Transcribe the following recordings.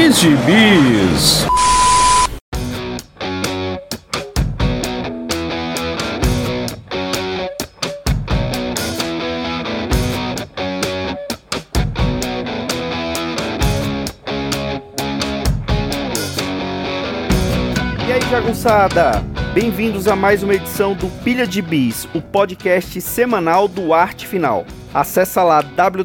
Gibis. E aí, jagunçada! Bem-vindos a mais uma edição do Pilha de Bis, o podcast semanal do Arte Final. Acesse lá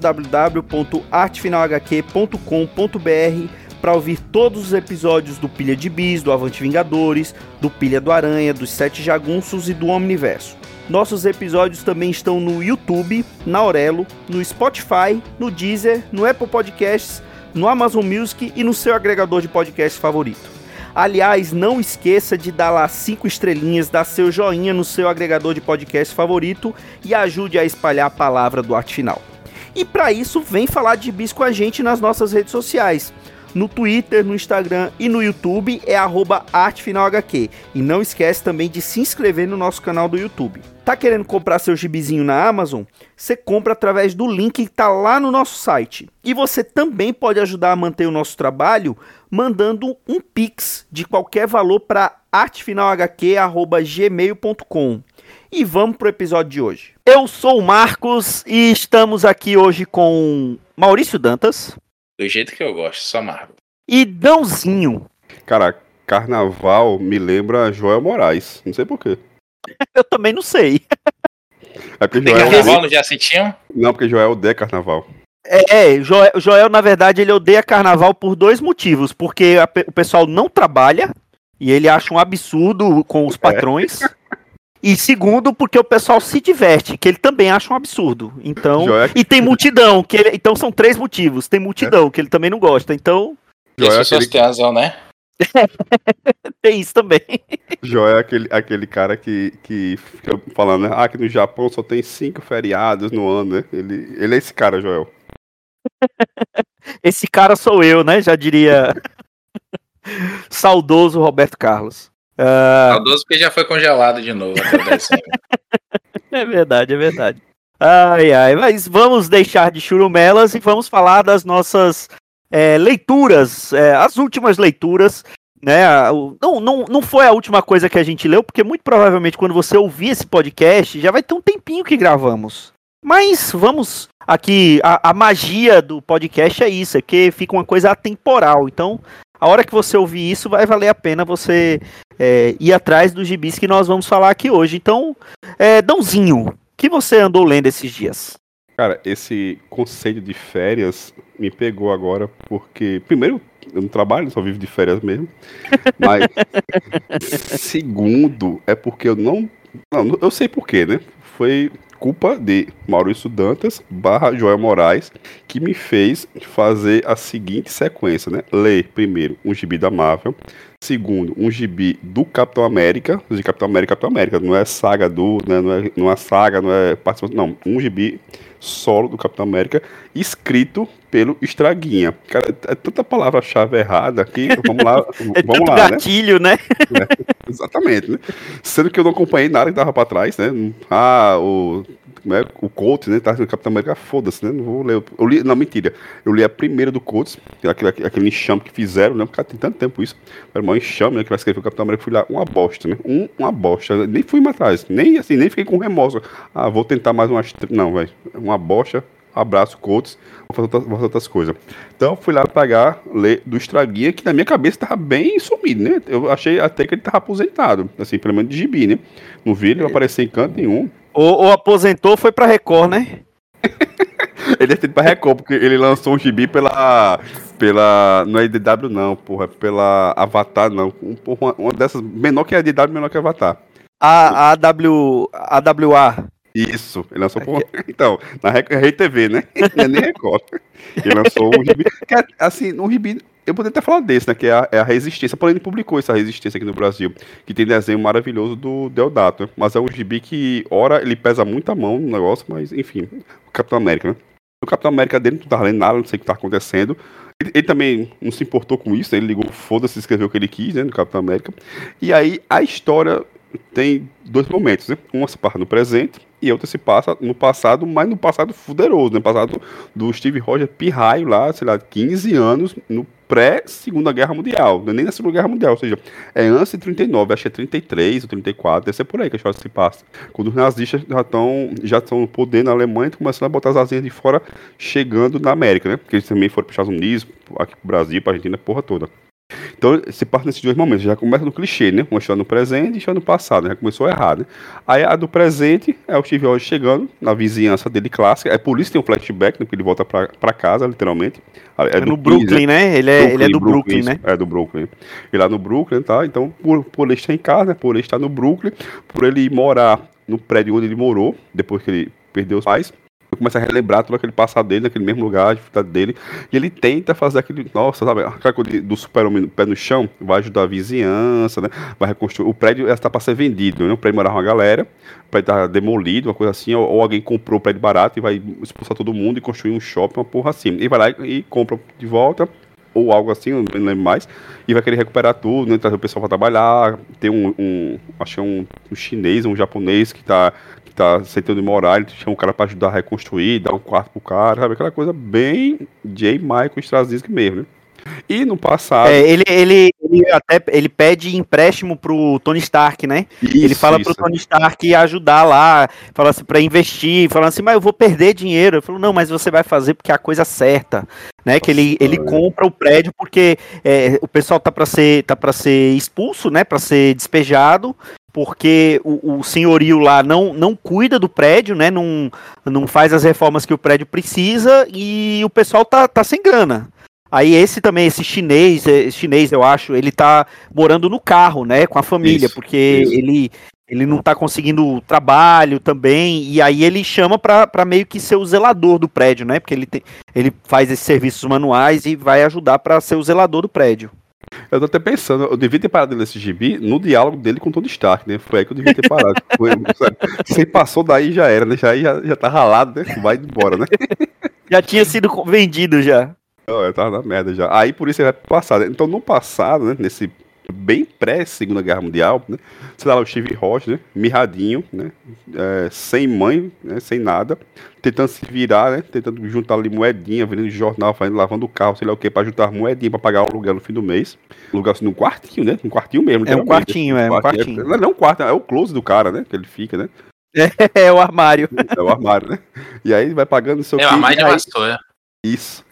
www.artefinalhq.com.br para ouvir todos os episódios do Pilha de Bis, do Avante Vingadores, do Pilha do Aranha, dos Sete Jagunços e do Omniverso. Nossos episódios também estão no YouTube, na Aurelo, no Spotify, no Deezer, no Apple Podcasts, no Amazon Music e no seu agregador de podcast favorito. Aliás, não esqueça de dar lá 5 estrelinhas, dar seu joinha no seu agregador de podcast favorito e ajude a espalhar a palavra do Arte Final. E para isso, vem falar de bis com a gente nas nossas redes sociais. No Twitter, no Instagram e no YouTube é @artefinalhq. E não esquece também de se inscrever no nosso canal do YouTube. Tá querendo comprar seu gibizinho na Amazon? Você compra através do link que tá lá no nosso site. E você também pode ajudar a manter o nosso trabalho mandando um Pix de qualquer valor para artefinalhq@gmail.com. E vamos pro episódio de hoje. Eu sou o Marcos e estamos aqui hoje com Maurício Dantas. Do jeito que eu gosto, só Marvel. E Dãozinho. Cara, carnaval me lembra Joel Moraes. Não sei porquê. Eu também não sei. É porque Tem Joel... carnaval no dia Cintinho? Não, porque Joel odeia carnaval. Joel, na verdade, ele odeia carnaval por 2 motivos. Porque o pessoal não trabalha e ele acha um absurdo com os patrões. E segundo, porque o pessoal se diverte, que ele também acha um absurdo. Então, e tem multidão, então são 3 motivos. Tem multidão, que ele também não gosta. Então... As pessoas têm razão, né? Tem isso também. Joel é aquele cara que fica falando, né? Que no Japão só tem 5 feriados no ano, né? Ele é esse cara, Joel. Esse cara sou eu, né? Já diria saudoso Roberto Carlos. Saudoso porque já foi congelado de novo. É verdade. Mas vamos deixar de churumelas e vamos falar das nossas leituras, as últimas leituras, né? Não foi a última coisa que a gente leu, porque muito provavelmente quando você ouvir esse podcast já vai ter um tempinho que gravamos. Mas vamos aqui, a magia do podcast é isso, é que fica uma coisa atemporal. Então, a hora que você ouvir isso, vai valer a pena você ir atrás dos gibis que nós vamos falar aqui hoje. Então, Dãozinho, o que você andou lendo esses dias? Cara, esse conceito de férias me pegou agora, porque, primeiro, eu não trabalho, só vivo de férias mesmo. Mas, segundo, é porque eu não, eu sei porquê, né? Foi culpa de Maurício Dantas / Joel Moraes, que me fez fazer a seguinte sequência, né? Ler primeiro um gibi da Marvel, segundo um gibi do Capitão América, de Capitão América, não é saga né? não é saga, não é participação, não, um gibi solo do Capitão América, escrito pelo Estraguinha. Cara, é tanta palavra-chave errada que, vamos lá, vamos lá, gatilho, né? Exatamente, né? Sendo que eu não acompanhei nada que dava pra trás, né? O Coates, né? Tá no Capitão América, foda-se, né? Não vou ler. Não, mentira. Eu li a primeira do Coates, aquele enxame que fizeram, né? Cara, tem tanto tempo isso. Era um enxame, né? Que vai escrever o Capitão América, fui lá, uma bosta, né? Uma bosta. Nem fui mais atrás. Nem fiquei com remorso. Vou tentar mais umas. Não, velho. Uma bosta. Abraço, Coates. Vou fazer outras coisas. Então, fui lá ler do Estraguinha, que na minha cabeça tava bem sumido, né? Eu achei até que ele tava aposentado, assim, pelo menos de gibi, né? Não vi ele aparecer em canto nenhum. Ou aposentou, foi pra Record, né? Ele é feito pra Record, porque ele lançou um gibi pela não é DW não, porra, pela Avatar não. Uma dessas, menor que a DW, menor que a Avatar. A AWA. Isso, ele lançou por... Então, na Rede TV, né? Não é nem Record. Ele lançou um gibi. Assim, um gibi. Eu poderia até falar desse, né? Que é a Resistência. Porém, ele publicou essa Resistência aqui no Brasil. Que tem desenho maravilhoso do Deodato. Mas é um gibi que, ora, ele pesa muito a mão no negócio, mas, enfim. O Capitão América, né? O Capitão América dele não tava lendo nada, não sei o que tá acontecendo. Ele também não se importou com isso, ele ligou, foda-se, escreveu o que ele quis, né? No Capitão América. E aí, a história tem 2 momentos, né? Uma se passa no presente e outra se passa no passado, mas no passado fuderoso, né? Passado do Steve Rogers pirraio lá, sei lá, 15 anos no pré-Segunda Guerra Mundial, não é nem na Segunda Guerra Mundial, ou seja, é antes de 39, acho que é 33 ou 34, deve ser por aí que a história se passa. Quando os nazistas já estão no poder na Alemanha e começando a botar as asinhas de fora, chegando na América, né? Porque eles também foram para os Estados Unidos, aqui pro Brasil, pra Argentina, a porra toda. Então, se parte nesses dois momentos, já começa no clichê, né? Uma história no presente e história no passado, né? Já começou errado, né? Aí a do presente é o Steve Rogers chegando na vizinhança dele clássica, é por isso que tem um flashback, né? Porque ele volta pra casa, literalmente. É no Brooklyn, né? Ele é do Brooklyn, né? É do Brooklyn. E lá no Brooklyn, tá? Então, por ele estar em casa, né? Por ele estar no Brooklyn, por ele morar no prédio onde ele morou, depois que ele perdeu os pais, começa a relembrar todo aquele passado dele, naquele mesmo lugar, a dificuldade dele, e ele tenta fazer aquele, nossa, sabe, aquela coisa do super-homem pé no chão, vai ajudar a vizinhança, né, vai reconstruir, o prédio está para ser vendido, né, o prédio morava uma galera, o prédio está demolido, uma coisa assim, ou alguém comprou o prédio barato e vai expulsar todo mundo e construir um shopping, uma porra assim, e vai lá e compra de volta, ou algo assim, não lembro mais, e vai querer recuperar tudo, né, trazer o pessoal para trabalhar, tem acho que é um chinês, um japonês que tá aceitando morar, ele chama o cara pra ajudar a reconstruir, dar um quarto pro cara, sabe? Aquela coisa bem J. Michael Straczynski mesmo, né? E no passado... ele pede empréstimo pro Tony Stark, né? Ele fala pro Tony Stark ajudar lá, fala assim, pra investir, falando assim, mas eu vou perder dinheiro. Eu falo, não, mas você vai fazer porque é a coisa certa, né? Que ele compra o prédio porque o pessoal tá pra ser expulso, né? Pra ser despejado, porque o senhorio lá não cuida do prédio, né? Não faz as reformas que o prédio precisa e o pessoal tá sem grana. Aí esse chinês, eu acho, ele tá morando no carro, né, com a família, porque ele não tá conseguindo trabalho também, e aí ele chama pra meio que ser o zelador do prédio, né, porque ele faz esses serviços manuais e vai ajudar pra ser o zelador do prédio. Eu tô até pensando, eu devia ter parado nesse gibi no diálogo dele com o Tony Stark, né? Foi aí que eu devia ter parado. Se passou daí já era, né? Já tá ralado, né? Vai embora, né? Já tinha sido vendido já. Eu tava na merda já. Aí por isso ele vai pro passado. Então no passado, né? Nesse bem pré-Segunda Guerra Mundial, né? Você dá lá o Steve Rogers, né? Mirradinho, né? Sem mãe, né? Sem nada. Tentando se virar, né? Tentando juntar ali moedinha, vendendo jornal, lavando o carro, sei lá o que, pra juntar moedinha pra pagar o aluguel no fim do mês. Aluguel assim num quartinho, né? Um quartinho mesmo. Um quartinho. Não é um quarto, é o close do cara, né? Que ele fica, né? É o armário. É o armário, né? E aí vai pagando o seu o armário de vassoura. Isso.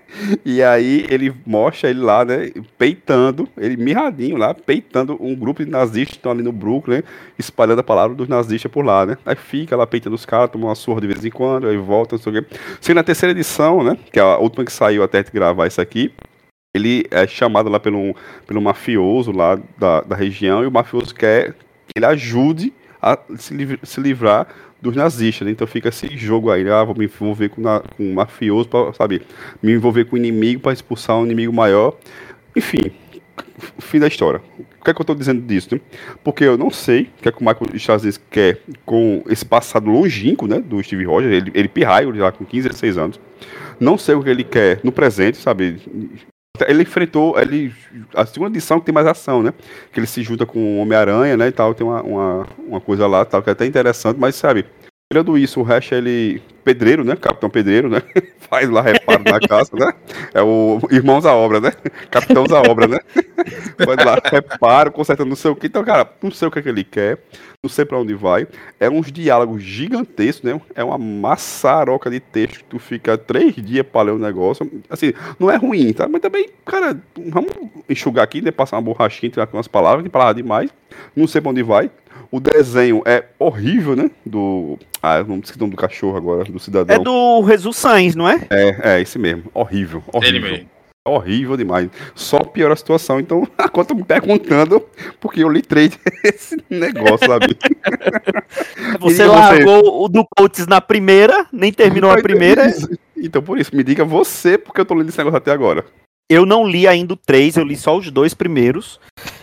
E aí ele mostra ele lá, né, peitando, ele mirradinho lá, peitando um grupo de nazistas que estão ali no Brooklyn, espalhando a palavra dos nazistas por lá, né. Aí fica lá peitando os caras, toma uma surra de vez em quando, aí volta, não sei o quê. Sendo na terceira edição, né, que é a última que saiu até de gravar isso aqui, ele é chamado lá pelo mafioso lá da região, e o mafioso quer que ele ajude a se livrar dos nazistas, né? Então fica esse jogo aí, vou me envolver com um mafioso, pra, sabe, me envolver com o inimigo para expulsar um inimigo maior. Enfim, fim da história. O que é que eu estou dizendo disso, né? Porque eu não sei o que é que o Michael Straczynski quer com esse passado longínquo, né, do Steve Rogers, ele pirraio já com 15, 16 anos. Não sei o que ele quer no presente, sabe? Ele enfrentou, a segunda edição que tem mais ação, né? Que ele se junta com o Homem-Aranha, né? E tal, tem uma coisa lá, tal, que é até interessante, mas sabe, tirando isso, o resto é ele pedreiro, né? Capitão Pedreiro, né? Faz lá reparo na casa, né? É o Irmãos à Obra, né? Capitãos à Obra, né? Faz lá reparo, consertando não sei o que. Então, cara, não sei o que é que ele quer, não sei pra onde vai. É uns diálogos gigantescos, né? É uma maçaroca de texto que tu fica 3 dias pra ler o negócio. Assim, não é ruim, tá? Mas também, cara, vamos enxugar aqui, né? Passar uma borrachinha, tirar umas palavras, tem palavra demais. Não sei pra onde vai. O desenho é horrível, né? Não sei o nome do cachorro agora, do cidadão. É do Jesus Sainz, não é? É esse mesmo. Horrível. Ele mesmo. Horrível demais. Só piora a situação. Então, agora tô me perguntando porque eu li 3 esse negócio, sabe? Você largou o do Coates na primeira, nem terminou a primeira. Então, por isso, me diga você, porque eu tô lendo esse negócio até agora. Eu não li ainda o 3, eu li só os 2 primeiros.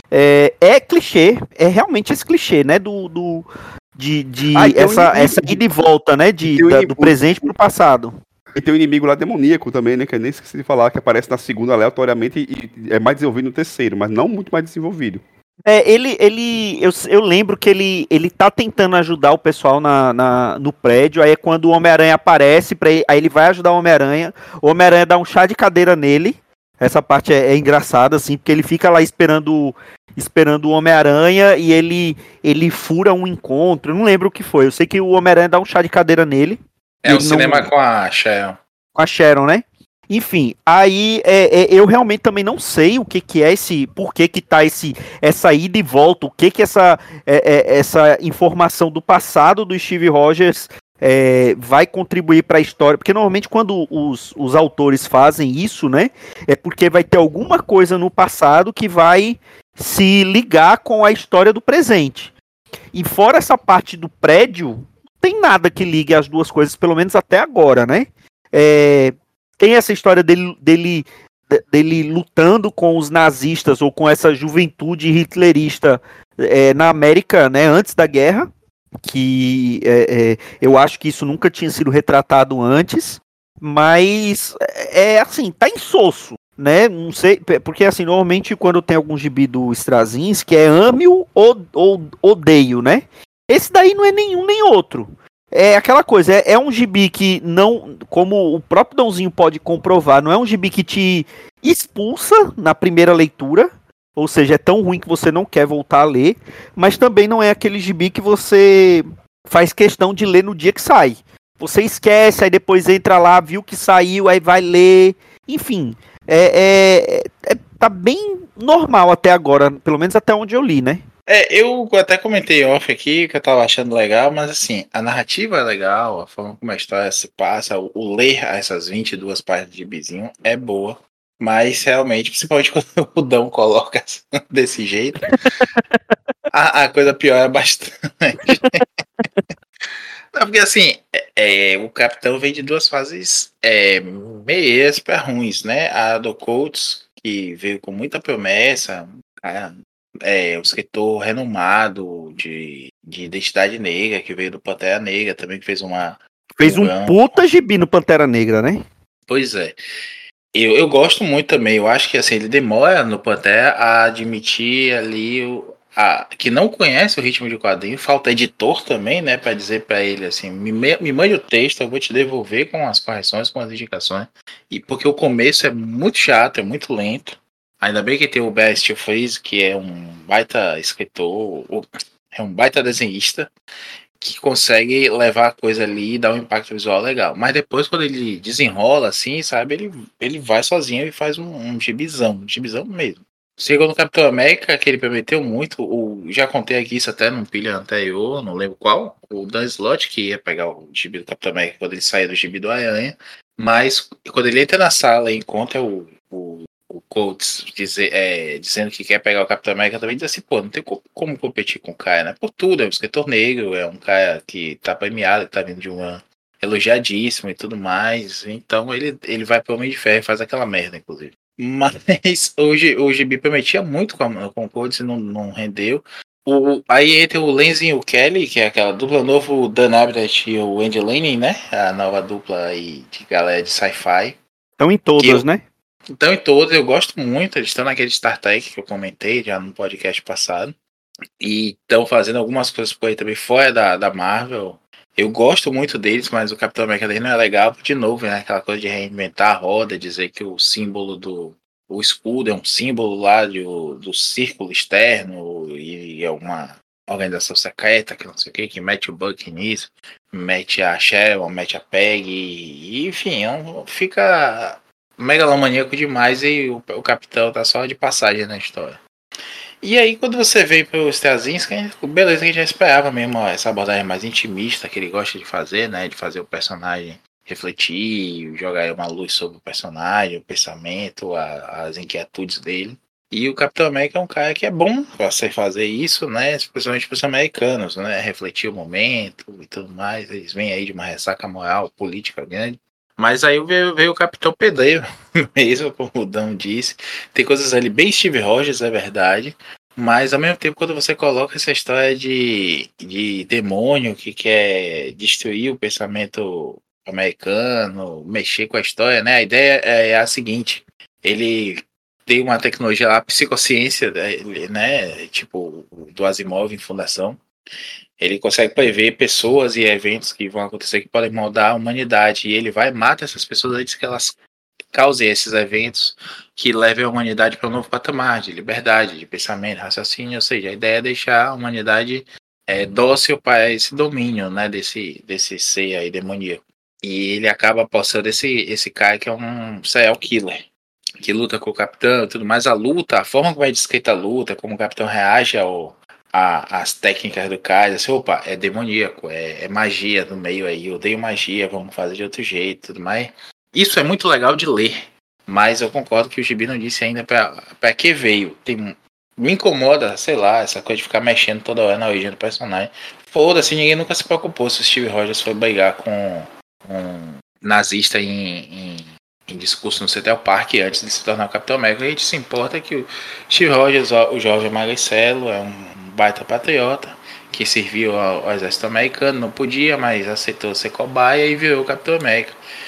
É clichê, é realmente esse clichê, né? Essa ida e volta, né? Do presente pro passado. E tem o inimigo lá demoníaco também, né? Que eu nem esqueci de falar, que aparece na segunda aleatoriamente e é mais desenvolvido no terceiro, mas não muito mais desenvolvido. Eu lembro que ele tá tentando ajudar o pessoal no prédio, aí é quando o Homem-Aranha aparece, aí ele vai ajudar o Homem-Aranha dá um chá de cadeira nele, essa parte é engraçada, assim, porque ele fica lá esperando o Homem-Aranha e ele fura um encontro, eu não lembro o que foi, eu sei que o Homem-Aranha dá um chá de cadeira nele. É um cinema com a Sharon. Com a Sharon, né? Enfim, aí eu realmente também não sei o que é por que tá essa ida e volta, o que essa informação do passado do Steve Rogers vai contribuir para a história, porque normalmente quando os autores fazem isso, né, é porque vai ter alguma coisa no passado que vai se ligar com a história do presente. E fora essa parte do prédio, não tem nada que ligue as duas coisas, pelo menos até agora, né? Tem essa história dele lutando com os nazistas ou com essa juventude hitlerista na América, né, antes da guerra, que eu acho que isso nunca tinha sido retratado antes, mas assim, tá insosso, né? Não sei, porque assim, normalmente quando tem algum gibi do Straczynski que é ame-o ou odeio, né? Esse daí não é nenhum nem outro. É aquela coisa, é um gibi que não, como o próprio Dãozinho pode comprovar, não é um gibi que te expulsa na primeira leitura, ou seja, é tão ruim que você não quer voltar a ler, mas também não é aquele gibi que você faz questão de ler no dia que sai. Você esquece, aí depois entra lá, viu que saiu, aí vai ler, enfim, tá bem normal até agora, pelo menos até onde eu li, né? Eu até comentei off aqui que eu tava achando legal, mas assim, a narrativa é legal, a forma como a história se passa, o ler essas 22 páginas de gibizinho é boa, mas realmente, principalmente quando o Dão coloca desse jeito, a coisa piora bastante. Não, porque assim, o Capitão vem de duas fases meias para ruins, né? A do Coates, que veio com muita promessa, um escritor renomado de identidade negra, que veio do Pantera Negra, também que fez um puta gibi no Pantera Negra, né? Pois é. Eu gosto muito também, eu acho que assim, ele demora no Pantera a admitir ali que não conhece o ritmo de quadrinho, falta editor também, né, para dizer para ele assim, me mande o texto, eu vou te devolver com as correções, com as indicações, e porque o começo é muito chato, é muito lento. Ainda bem que tem o Bear Steel Freeze, que é um baita escritor, é um baita desenhista, que consegue levar a coisa ali e dar um impacto visual legal. Mas depois, quando ele desenrola assim, sabe, ele vai sozinho e faz um gibizão mesmo. Chegou no Capitão América, que ele prometeu muito, já contei aqui isso até num pilha anterior, não lembro qual, o Dan Slott, que ia pegar o gibi do Capitão América quando ele saía do gibi do Aranha, mas quando ele entra na sala e encontra o Coates dizendo que quer pegar o Capitão América, também diz assim, pô, não tem como competir com o cara, né? Por tudo, é um escritor negro, é um cara que tá premiado, que tá vindo de uma elogiadíssimo e tudo mais, então ele vai pro Homem de Ferro e faz aquela merda, inclusive. Mas hoje o gibi prometia muito com o Coates e não rendeu. Aí entra o Lenz e o Kelly, que é aquela dupla novo, o Dan Abnett e o Andy Lanning, né? A nova dupla aí de galera de sci-fi. Estão em todas, né? Então, em todos, eu gosto muito. Eles estão naquele Star Trek que eu comentei já no podcast passado. E estão fazendo algumas coisas por aí também fora da Marvel. Eu gosto muito deles, mas o Capitão América dele não é legal. De novo, né? Aquela coisa de reinventar a roda, dizer que o símbolo o escudo é um símbolo lá do círculo externo e é uma organização secreta, que não sei o que mete o Buck nisso, mete a Sharon, mete a Peg, e enfim, fica megalomaníaco demais e o Capitão tá só de passagem na história. E aí, quando você veio pro Straczynski, beleza, que a gente já esperava mesmo essa abordagem mais intimista que ele gosta de fazer, né? De fazer o personagem refletir, jogar uma luz sobre o personagem, o pensamento, as inquietudes dele. E o Capitão América é um cara que é bom pra você fazer isso, né? Especialmente pros americanos, né? Refletir o momento e tudo mais. Eles vêm aí de uma ressaca moral, política grande. Mas aí veio o Capitão Pedreiro, mesmo como o Dão disse. Tem coisas ali bem Steve Rogers, é verdade. Mas ao mesmo tempo, quando você coloca essa história de demônio que quer destruir o pensamento americano, mexer com a história, né? A ideia é a seguinte: ele tem uma tecnologia lá, psicociência, né? Tipo, do Asimov em Fundação. Ele consegue prever pessoas e eventos que vão acontecer que podem mudar a humanidade. E ele vai e mata essas pessoas antes que elas causem esses eventos que levem a humanidade para um novo patamar de liberdade, de pensamento, raciocínio. Ou seja, a ideia é deixar a humanidade dócil para esse domínio, né, desse ser aí demoníaco. E ele acaba apostando esse cara que é um serial killer, que luta com o capitão e tudo mais. A luta, a forma como é descrita a luta, como o capitão reage às técnicas do cara, assim, opa, é demoníaco, é magia no meio aí, eu odeio magia, vamos fazer de outro jeito, tudo mais. Isso é muito legal de ler, mas eu concordo que o Gibi não disse ainda para que veio. Me incomoda, sei lá, essa coisa de ficar mexendo toda hora na origem do personagem. Foda-se, ninguém nunca se preocupou se o Steve Rogers foi brigar com um nazista em discurso no Central Park antes de se tornar o Capitão América. A gente se importa que o Steve Rogers, o Jorge Magricelo, é um baita patriota que serviu ao exército americano, não podia, mas aceitou ser cobaia e virou o Capitão América.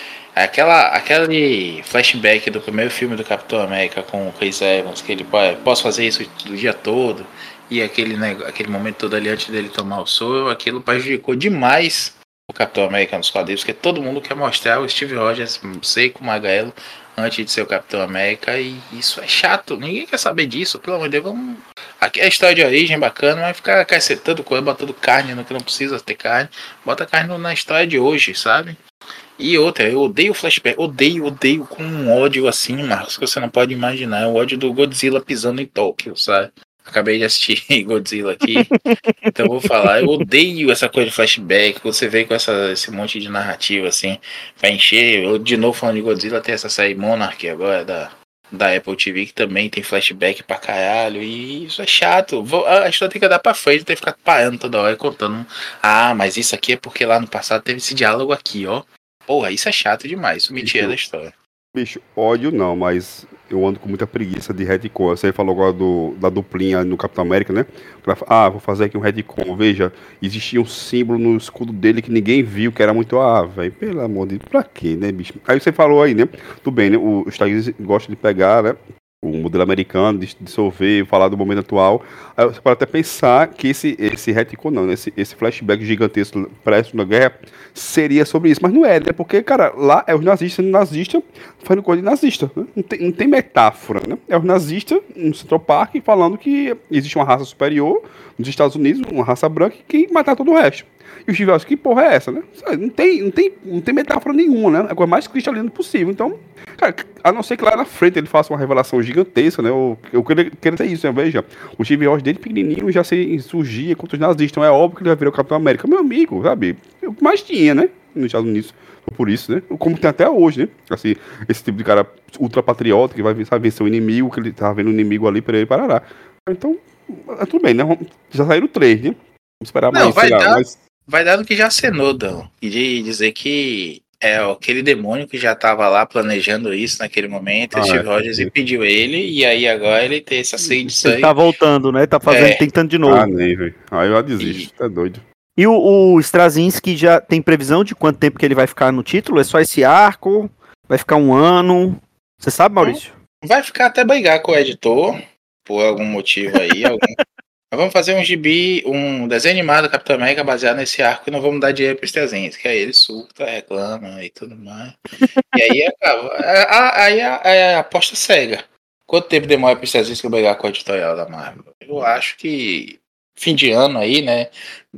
Aquele flashback do primeiro filme do Capitão América com o Chris Evans, que ele posso fazer isso o dia todo, e aquele momento todo ali antes dele tomar o soro, aquilo prejudicou demais o Capitão América nos quadrinhos, porque todo mundo quer mostrar o Steve Rogers seco, magrelo, antes de ser o Capitão América, e isso é chato, ninguém quer saber disso, pelo amor de Deus, vamos... Aqui é a história de origem bacana, mas ficar cacetando coisa, botando carne no que não precisa ter carne, bota carne na história de hoje, sabe? E outra, eu odeio o flashback, odeio com um ódio assim, Marcos, que você não pode imaginar, é o ódio do Godzilla pisando em Tóquio, sabe? Acabei de assistir Godzilla aqui, então vou falar, eu odeio essa coisa de flashback, você vê com esse monte de narrativa assim, vai encher, eu de novo falando de Godzilla, tem essa série Monarch agora da Apple TV, que também tem flashback pra caralho, e isso é chato, a história tem que dar pra frente, tem que ficar parando toda hora, contando, mas isso aqui é porque lá no passado teve esse diálogo aqui, ó. Porra, isso é chato demais, isso me tira da história. Bicho, ódio não, mas eu ando com muita preguiça de retcon. Você falou agora da duplinha no Capitão América, né? Vou fazer aqui um retcon. Veja, existia um símbolo no escudo dele que ninguém viu, que era muito... velho, pelo amor de Deus, pra quê, né, bicho? Aí você falou aí, né? Tudo bem, né? Os Estados Unidos gostam de pegar, né? O modelo americano, dissolver, falar do momento atual. Aí você pode até pensar que esse retcon não, né? esse flashback gigantesco pré-Segunda Guerra seria sobre isso, mas não é, né? Porque, cara, lá é os nazistas sendo nazistas, fazendo coisa de nazista, né? Não tem metáfora, né? É os nazistas no Central Park falando que existe uma raça superior nos Estados Unidos, uma raça branca, que matar todo o resto. E os Steve, que porra é essa, né? Não tem metáfora nenhuma, né? É a coisa mais cristalina possível. Então, cara, a não ser que lá na frente ele faça uma revelação gigantesca, né? Eu queria dizer isso, né? Veja, o Steve Rogers desde pequenininho já surgia contra os nazistas. Então é óbvio que ele vai virar o Capitão América. Meu amigo, sabe? O que mais tinha, né? Nos Estados Unidos. Por isso, né? Como tem até hoje, né? Assim, esse tipo de cara ultrapatriota que vai vencer o inimigo, que ele tá vendo o inimigo ali para ele parará. Então, tudo bem, né? Já saíram 3, né? Vamos esperar mais, sei lá, Vai dar no que já acenou, Dan. E de dizer que é aquele demônio que já estava lá planejando isso naquele momento, Steve Rogers impediu ele, e aí agora ele tem essa sede de sangue. Ele tá voltando, né? Tá tentando de novo. Nem, velho. Aí eu desisto, tá doido. E o Straczynski já tem previsão de quanto tempo que ele vai ficar no título? É só esse arco? Vai ficar 1 ano? Você sabe, Maurício? Vai ficar até brigar com o editor, por algum motivo aí, Mas vamos fazer um gibi, um desenho animado do Capitão América baseado nesse arco e não vamos dar dinheiro para os Straczynski, que aí ele surta, reclama e tudo mais. E aí acaba. Aí a aposta cega. Quanto tempo demora para os Straczynski brigar com o editorial da Marvel? Eu acho que fim de ano aí, né?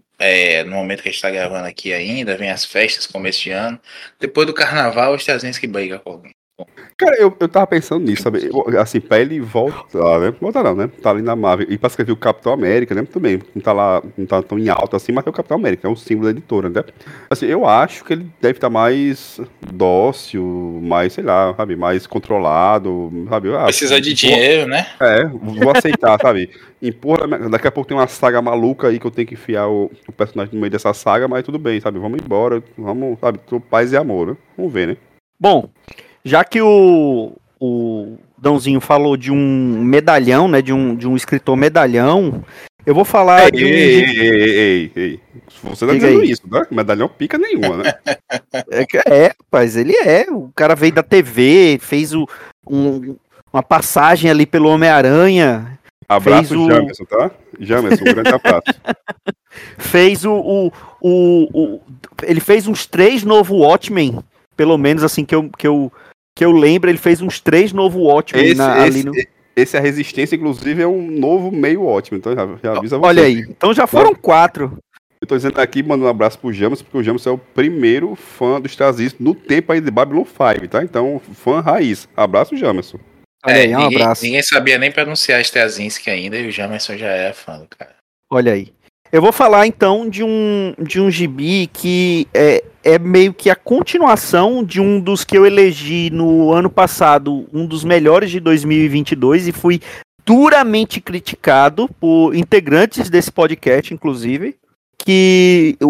No momento que a gente está gravando aqui ainda, vem as festas, começo de ano. Depois do carnaval, o Straczynski briga com alguém. Cara, eu tava pensando nisso, sabe? Assim, pra ele voltar, né? Voltar não, né? Tá ali na Marvel. E pra escrever o Capitão América, né? Também. Não tá lá, não tá tão em alta assim, mas é o Capitão América, é o símbolo da editora, né? Assim, eu acho que ele deve estar mais dócil, mais, sei lá, sabe? Mais controlado, sabe? Precisa de dinheiro, né? Vou aceitar, sabe? Daqui a pouco tem uma saga maluca aí que eu tenho que enfiar o personagem no meio dessa saga, mas tudo bem, sabe? Vamos embora, vamos, sabe? Paz e amor, né? Vamos ver, né? Bom, já que o Dãozinho falou de um medalhão, né? De um escritor medalhão, eu vou falar Ei. Você tá dizendo isso, né? Medalhão pica nenhuma, né? Rapaz, ele é. O cara veio da TV, fez uma passagem ali pelo Homem-Aranha. Abraço, Jamerson, tá? Jamerson, um grande abraço. Fez ele fez uns 3 novos Watchmen, pelo menos assim que eu lembro, ele fez uns 3 novos Watchmen ali no... Esse A Resistência, inclusive, é um novo meio Watchmen, então já avisa você. Olha aí, então já foram 4. Eu tô dizendo aqui, mando um abraço pro Jamerson, porque o Jamerson é o primeiro fã dos Tazis no tempo aí de Babylon 5, tá? Então, fã raiz. Abraço, Jamerson. Olha aí, um abraço. Ninguém sabia nem pronunciar Straczynski ainda, e o Jamerson já é fã do cara. Olha aí. Eu vou falar então de um gibi que é meio que a continuação de um dos que eu elegi no ano passado, um dos melhores de 2022, e fui duramente criticado por integrantes desse podcast, inclusive, que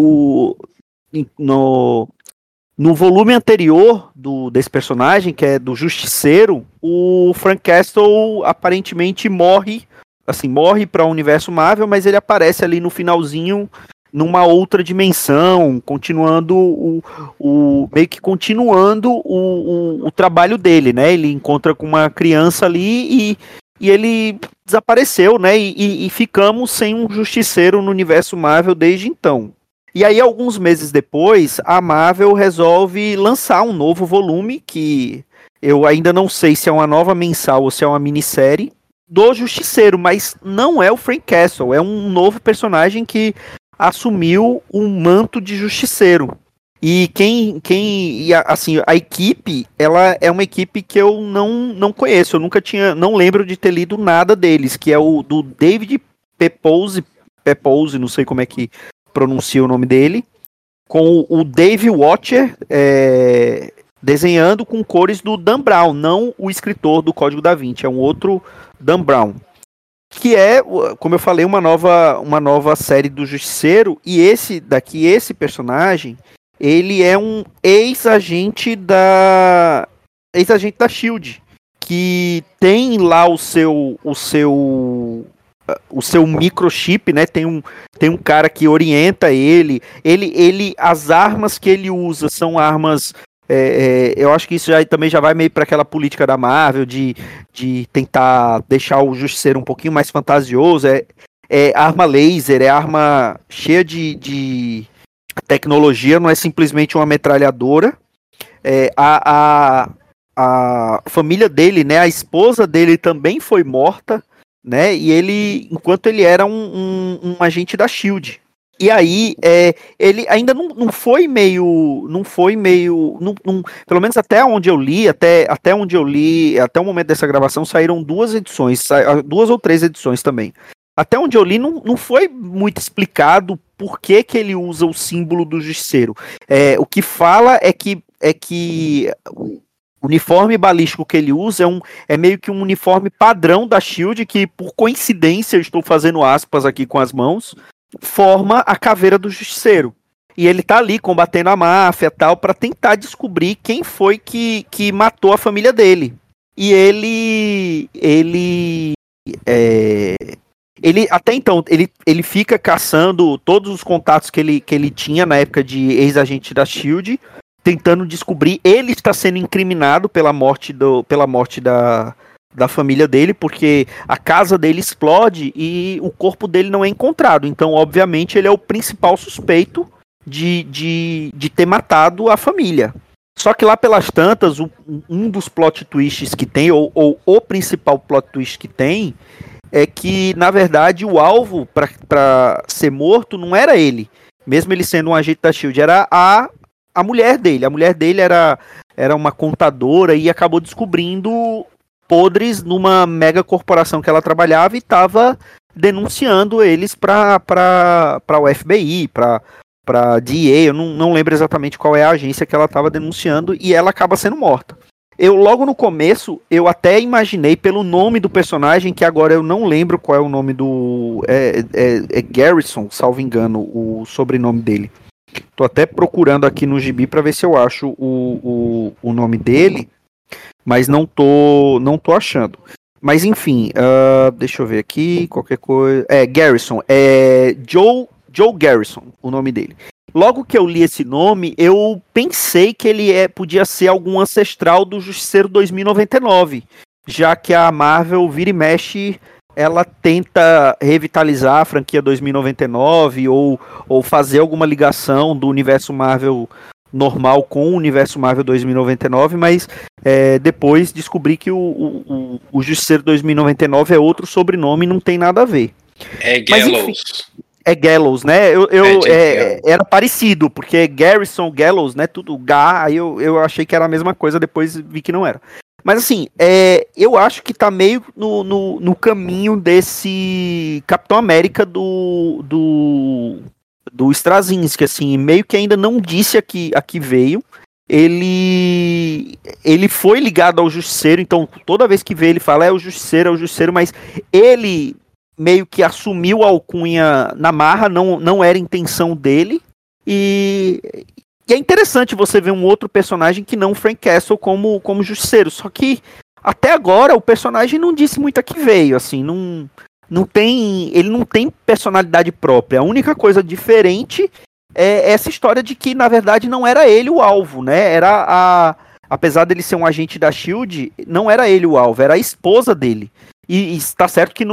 no volume anterior desse personagem, que é do Justiceiro, o Frank Castle aparentemente morre para o universo Marvel, mas ele aparece ali no finalzinho numa outra dimensão, continuando meio que continuando o trabalho dele, né? Ele encontra com uma criança ali e ele desapareceu, né? E ficamos sem um Justiceiro no universo Marvel desde então. E aí, alguns meses depois, a Marvel resolve lançar um novo volume, que eu ainda não sei se é uma nova mensal ou se é uma minissérie, do Justiceiro, mas não é o Frank Castle, é um novo personagem que assumiu o manto de Justiceiro. E a equipe, ela é uma equipe que eu não conheço, eu não lembro de ter lido nada deles, que é o do David Pepose, não sei como é que pronuncia o nome dele, com o Dave Watcher desenhando com cores do Dan Brown, não o escritor do Código da Vinci, é um outro Dan Brown, que é, como eu falei, uma nova série do Justiceiro, e esse personagem, ele é um ex-agente da SHIELD, que tem lá o seu microchip, né? Tem um cara que orienta ele, as armas que ele usa são armas. Eu acho que isso também já vai meio para aquela política da Marvel de tentar deixar o Justiceiro um pouquinho mais fantasioso. É arma laser, é arma cheia de tecnologia, não é simplesmente uma metralhadora. A família dele, né? A esposa dele também foi morta, né? E ele, enquanto ele era um agente da SHIELD. E aí, ele ainda não foi meio, pelo menos até onde eu li, até o momento dessa gravação, saíram 2 edições, 2 ou 3 edições também. Até onde eu li, não foi muito explicado por que ele usa o símbolo do Justiceiro. O que fala é que o uniforme balístico que ele usa é meio que um uniforme padrão da SHIELD, que por coincidência, eu estou fazendo aspas aqui com as mãos, forma a caveira do Justiceiro. E ele tá ali combatendo a máfia e tal, pra tentar descobrir quem foi que matou a família dele. E ele até então, ele fica caçando todos os contatos que ele tinha na época de ex-agente da SHIELD, tentando descobrir. Ele está sendo incriminado pela morte da família dele, porque a casa dele explode e o corpo dele não é encontrado. Então, obviamente, ele é o principal suspeito de ter matado a família. Só que lá pelas tantas, um dos plot twists que tem, ou o principal plot twist que tem, é que, na verdade, o alvo para ser morto não era ele. Mesmo ele sendo um agente da SHIELD, era a mulher dele. A mulher dele era uma contadora e acabou descobrindo podres numa mega corporação que ela trabalhava e estava denunciando eles para o FBI, para DEA. Eu não lembro exatamente qual é a agência que ela estava denunciando, e ela acaba sendo morta. Logo no começo, eu até imaginei pelo nome do personagem, que agora eu não lembro qual é o nome do... É Garrison, salvo engano, o sobrenome dele. Tô até procurando aqui no gibi para ver se eu acho o nome dele, mas não tô achando. Mas enfim, deixa eu ver aqui, qualquer coisa... Garrison, Joe Garrison, o nome dele. Logo que eu li esse nome, eu pensei que ele podia ser algum ancestral do Justiceiro 2099. já que a Marvel vira e mexe, ela tenta revitalizar a franquia 2099 ou fazer alguma ligação do universo Marvel normal com o universo Marvel 2099, mas depois descobri que o Justiceiro 2099 é outro sobrenome e não tem nada a ver. É Gallows. É Gallows, né? Era parecido, porque é Garrison, Gallows, né? Tudo Gá, aí eu achei que era a mesma coisa, depois vi que não era. Mas assim, eu acho que tá meio no caminho desse Capitão América do Straczynski, assim, meio que ainda não disse a que veio. Ele foi ligado ao Justiceiro, então toda vez que vê ele fala é o Justiceiro, mas ele meio que assumiu a alcunha na marra, não era intenção dele, e é interessante você ver um outro personagem que não Frank Castle como Justiceiro, só que até agora o personagem não disse muito a que veio, assim, ele não tem personalidade própria. A única coisa diferente é essa história de que, na verdade, não era ele o alvo, né? Apesar dele ser um agente da SHIELD, não era ele o alvo, era a esposa dele. E está certo que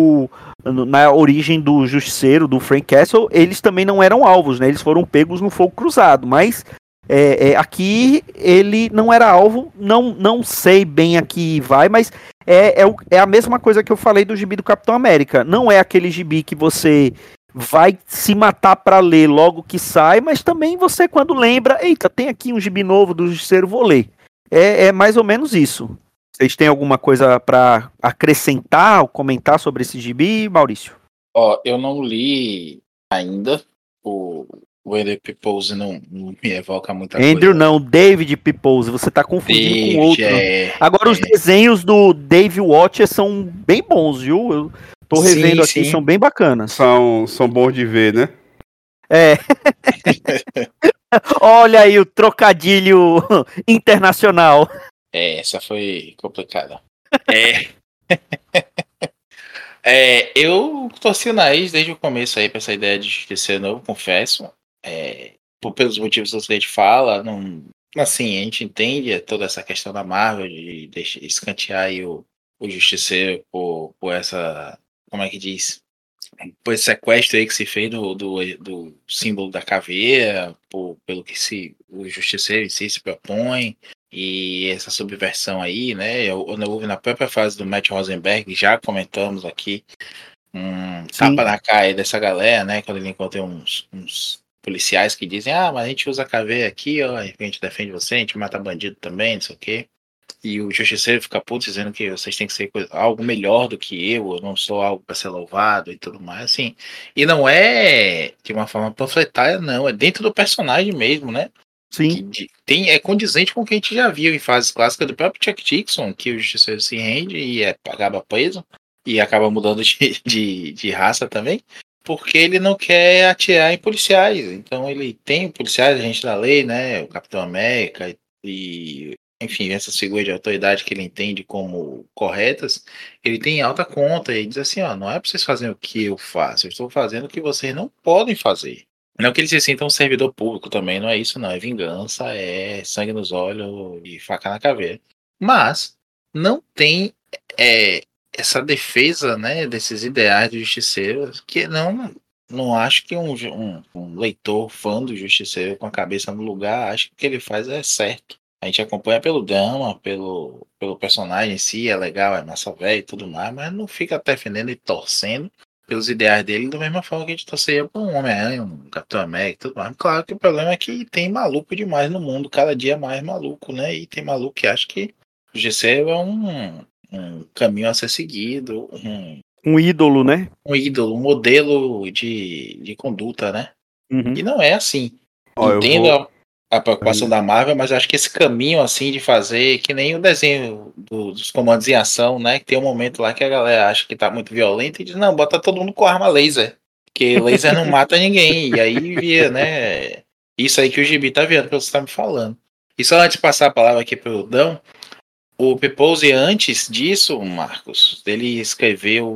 na origem do Justiceiro, do Frank Castle, eles também não eram alvos, né? Eles foram pegos no fogo cruzado, mas aqui ele não era alvo, não sei bem a que vai, mas é a mesma coisa que eu falei do gibi do Capitão América. Não é aquele gibi que você vai se matar para ler logo que sai, mas também você, quando lembra, eita, tem aqui um gibi novo do Justiceiro, vou ler. É mais ou menos isso. Vocês têm alguma coisa para acrescentar ou comentar sobre esse gibi, Maurício? Eu não li ainda. O Andrew Pipose não me evoca muita coisa. Andrew não, David Pipose, você tá confundindo com outro. Agora os desenhos do Dave Watcher são bem bons, viu? Eu tô revendo aqui, são bem bacanas. São bons de ver, né? Olha aí o trocadilho internacional. Essa foi complicada. Eu torci o nariz desde o começo aí pra essa ideia de ser novo, confesso. Pelos motivos que a gente fala, assim, a gente entende toda essa questão da Marvel de escantear aí o Justiceiro por essa, como é que diz? Por esse sequestro aí que se fez do símbolo da caveira, pelo que o Justiceiro em si se propõe. E essa subversão aí, né? Houve na própria fase do Matt Rosenberg, já comentamos aqui, tapa na cara dessa galera, né? Quando ele encontra uns policiais que dizem, mas a gente usa a caveira aqui, ó, a gente defende você, a gente mata bandido também, não sei o quê. E o Justiceiro fica puto dizendo que vocês têm que ser algo melhor do que eu não sou algo para ser louvado e tudo mais, assim. E não é de uma forma panfletária, não, é dentro do personagem mesmo, né? Sim. É condizente com o que a gente já viu em fases clássicas do próprio Chuck Dixon, que o Justiceiro se rende e acaba preso, e acaba mudando de raça também, porque ele não quer atirar em policiais. Então ele tem policiais, agente da lei, né, o Capitão América e enfim, essas figuras de autoridade que ele entende como corretas, ele tem alta conta e diz assim, não é para vocês fazerem o que eu faço, eu estou fazendo o que vocês não podem fazer. Não que ele se sinta um servidor público também, não é isso não, é vingança, é sangue nos olhos e faca na caveira. Mas não tem essa defesa, né, desses ideais do Justiceiro, que não acho que um leitor fã do Justiceiro com a cabeça no lugar acha que o que ele faz é certo. A gente acompanha pelo drama, pelo personagem em si, é legal, é massa velha e tudo mais, mas não fica defendendo e torcendo pelos ideais dele da mesma forma que a gente torceria por um Homem-Aranha, um Capitão América e tudo mais. Claro que o problema é que tem maluco demais no mundo, cada dia mais maluco, né? E tem maluco que acha que o GC é um caminho a ser seguido, um ídolo, né? Um ídolo, um modelo de conduta, né? Uhum. E não é assim. Entendo a preocupação da Marvel, mas acho que esse caminho assim de fazer, que nem o desenho dos comandos em ação, né? Que tem um momento lá que a galera acha que tá muito violento e diz, não, bota todo mundo com arma laser, porque laser não mata ninguém. E aí via, né? Isso aí que o Gibi tá vendo, que você tá me falando. E só antes de passar a palavra aqui pro Dão, o Pipose, antes disso, Marcos, ele escreveu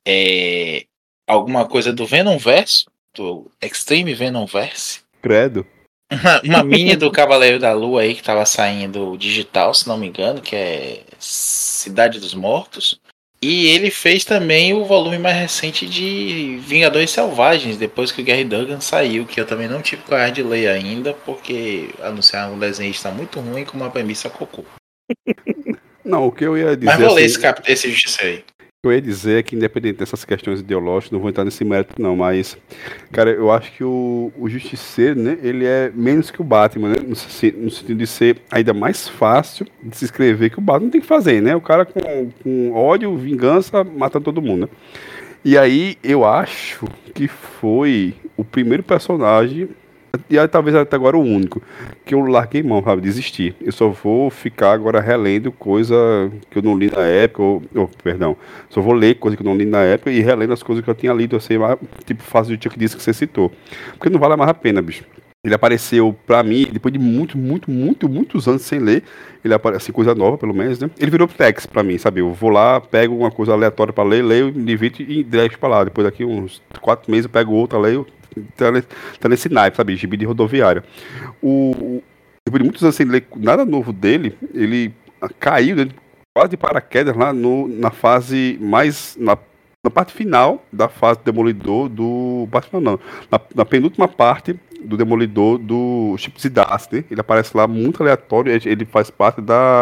alguma coisa do Venomverse, do Extreme Venomverse. Credo. Uma mini do Cavaleiro da Lua aí que tava saindo digital, se não me engano, que é Cidade dos Mortos. E ele fez também o volume mais recente de Vingadores Selvagens, depois que o Gary Duggan saiu, que eu também não tive coragem de ler ainda, porque anunciaram um desenhista muito ruim com uma premissa cocô. Não, o que eu ia dizer... Mas vou ler esse Justiceiro aí. O que eu ia dizer é que, independente dessas questões ideológicas, não vou entrar nesse mérito não, mas, cara, eu acho que o Justiceiro, né, ele é menos que o Batman, né, no sentido de ser ainda mais fácil de se escrever que o Batman tem que fazer, né, o cara com ódio, vingança, mata todo mundo, né. E aí, eu acho que foi o primeiro personagem, e aí, talvez até agora o único, que eu larguei mão, sabe, desistir. Eu só vou ficar agora relendo coisa que eu não li na época, perdão, só vou ler coisa que eu não li na época e relendo as coisas que eu tinha lido, assim, tipo fase do Chuck Disse que você citou. Porque não vale mais a pena, bicho. Ele apareceu pra mim, depois de muitos anos sem ler, ele aparece, assim, coisa nova, pelo menos, né? Ele virou text pra mim, sabe? Eu vou lá, pego uma coisa aleatória pra ler, leio, me divirto e direto pra lá. Depois daqui uns 4 meses eu pego outra, leio. Tá nesse naipe, sabe? Gibi de rodoviária. Depois de muitos anos sem ler nada novo dele, ele caiu, né, quase de paraquedas lá na fase mais. Na parte final da fase do Demolidor do Batman, não. Na penúltima parte do Demolidor do Chip Zdarsky, né? Ele aparece lá muito aleatório, ele faz parte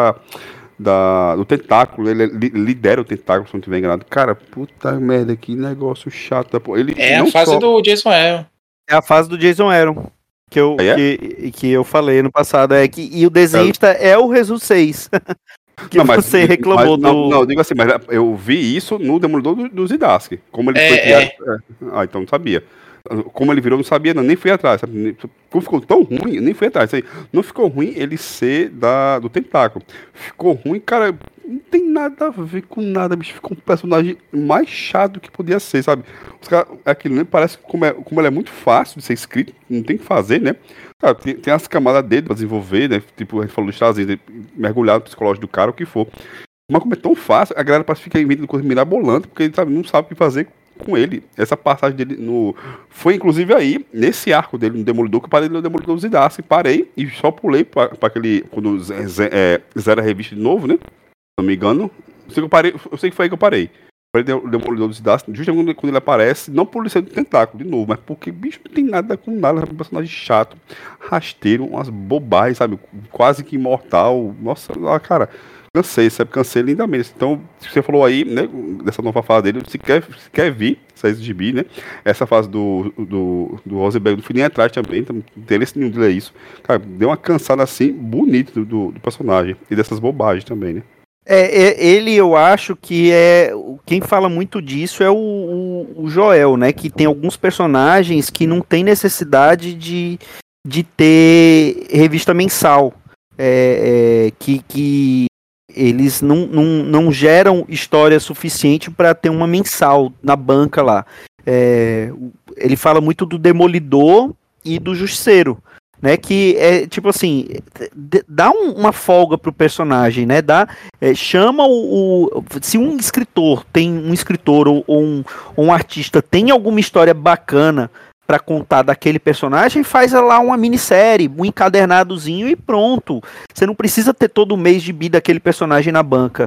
do tentáculo, ele lidera o tentáculo, se não tiver enganado. Cara, puta merda, que negócio chato. Ele é a fase do Jason Aaron. É a fase do Jason Aaron. Que eu falei no passado. E o desenhista é o Jesus 6. Que não, mas, você reclamou do... Não, digo assim, mas eu vi isso no Demolidor do Zdarsky. Como ele foi criado... então não sabia. Como ele virou, não sabia, não, nem fui atrás. Sabe? Como ficou tão ruim, nem fui atrás. Não ficou ruim ele ser do tentáculo. Ficou ruim, cara, não tem nada a ver com nada, bicho. Ficou um personagem mais chato que podia ser, sabe? Os caras, aquilo, né? Parece que como ele é muito fácil de ser escrito, não tem o que fazer, né? Cara, tem as camadas dele pra desenvolver, né? Tipo, a gente falou do Chazinho, mergulhar no psicológico do cara, o que for. Mas como é tão fácil, a galera parece que fica inventando coisa mirabolante, porque ele não sabe o que fazer com ele. Essa passagem dele foi inclusive aí, nesse arco dele no Demolidor, que eu parei no Demolidor Zdarsky, parei e só pulei pra aquele, quando zera a revista de novo, né? Se não me engano. Eu sei que foi aí que eu parei. Parei o Demolidor Zdarsky, justamente quando ele aparece, não por ele ser do tentáculo, de novo, mas porque, bicho, não tem nada com nada, é um personagem chato, rasteiro, umas bobagens, sabe? Quase que imortal. Nossa, cara... Cansei lindamente. Então, você falou aí, né, dessa nova fase dele, se quer vir, essa gibi, né, essa fase do Rosenberg, não fui nem atrás também, então, não tem interesse nenhum de ler isso. Cara, deu uma cansada, assim, bonita do personagem, e dessas bobagens também, né. Ele, eu acho que quem fala muito disso é o Joel, né, que tem alguns personagens que não tem necessidade de ter revista mensal, que eles não geram história suficiente para ter uma mensal na banca lá. Ele fala muito do Demolidor e do Justiceiro, né? Que é tipo assim, dá uma folga pro personagem, né? Chama se um escritor ou um artista tem alguma história bacana para contar daquele personagem, faz lá uma minissérie, um encadernadozinho e pronto. Você não precisa ter todo mês de bi daquele personagem na banca.